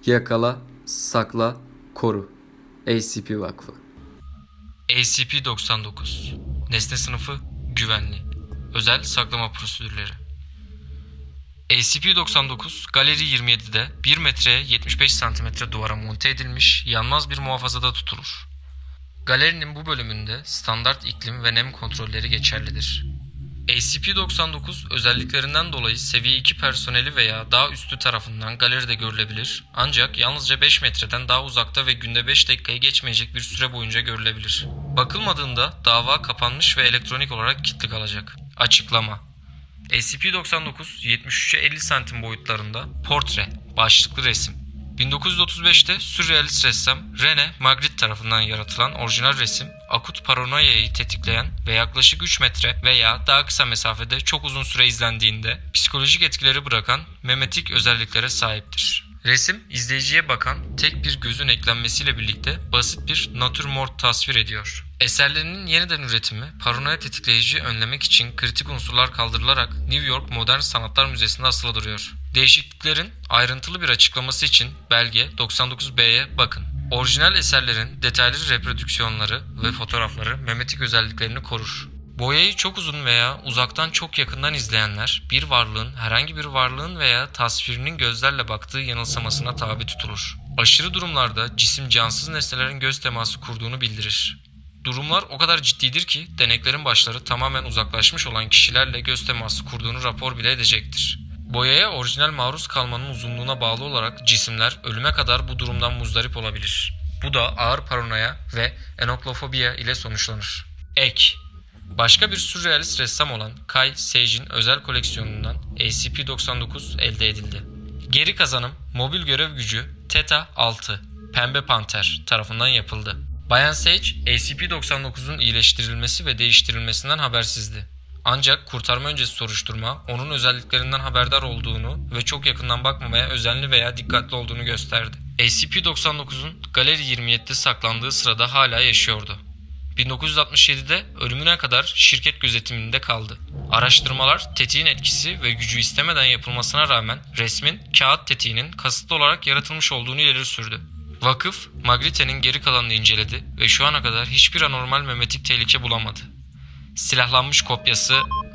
Yakala, sakla, koru. ACP Vakfı. SCP-99 Nesne sınıfı güvenli. Özel saklama prosedürleri. SCP-99 Galeri 27'de 1 metreye 75 cm duvara monte edilmiş yanmaz bir muhafazada tutulur. Galerinin bu bölümünde standart iklim ve nem kontrolleri geçerlidir. SCP-99 özelliklerinden dolayı seviye 2 personeli veya daha üstü tarafından galeride görülebilir, ancak yalnızca 5 metreden daha uzakta ve günde 5 dakikayı geçmeyecek bir süre boyunca görülebilir. Bakılmadığında dava kapanmış ve elektronik olarak kilitli kalacak. Açıklama: SCP-99 73'e 50 santim boyutlarında portre, başlıklı resim. 1935'te sürrealist ressam René Magritte tarafından yaratılan orijinal resim, akut paranoyayı tetikleyen ve yaklaşık 3 metre veya daha kısa mesafede çok uzun süre izlendiğinde psikolojik etkileri bırakan memetik özelliklere sahiptir. Resim, izleyiciye bakan tek bir gözün eklenmesiyle birlikte basit bir natürmort tasvir ediyor. Eserlerinin yeniden üretimi, paranoya tetikleyici önlemek için kritik unsurlar kaldırılarak New York Modern Sanatlar Müzesi'nde asılı duruyor. Değişikliklerin ayrıntılı bir açıklaması için belge 99B'ye bakın. Orijinal eserlerin detaylı reprodüksiyonları ve fotoğrafları memetik özelliklerini korur. Boyayı çok uzun veya uzaktan çok yakından izleyenler, bir varlığın herhangi bir varlığın veya tasvirinin gözlerle baktığı yanılsamasına tabi tutulur. Aşırı durumlarda cisim cansız nesnelerin göz teması kurduğunu bildirir. Durumlar o kadar ciddidir ki deneklerin başları tamamen uzaklaşmış olan kişilerle göz teması kurduğunu rapor bile edecektir. Boyaya orijinal maruz kalmanın uzunluğuna bağlı olarak cisimler ölüme kadar bu durumdan muzdarip olabilir. Bu da ağır paranoya ve enoklofobiya ile sonuçlanır. Ek: Başka bir sürrealist ressam olan Kai Sage'in özel koleksiyonundan SCP-99 elde edildi. Geri kazanım mobil görev gücü Theta 6 Pembe Panter tarafından yapıldı. Bayan Sage, SCP-99'un iyileştirilmesi ve değiştirilmesinden habersizdi. Ancak kurtarma öncesi soruşturma onun özelliklerinden haberdar olduğunu ve çok yakından bakmamaya özenli veya dikkatli olduğunu gösterdi. SCP-99'un Galeri 27'de saklandığı sırada hala yaşıyordu. 1967'de ölümüne kadar şirket gözetiminde kaldı. Araştırmalar tetiğin etkisi ve gücü istemeden yapılmasına rağmen resmin kağıt tetiğinin kasıtlı olarak yaratılmış olduğunu ileri sürdü. Vakıf, Magritte'nin geri kalanını inceledi ve şu ana kadar hiçbir anormal memetik tehlike bulamadı. Silahlanmış kopyası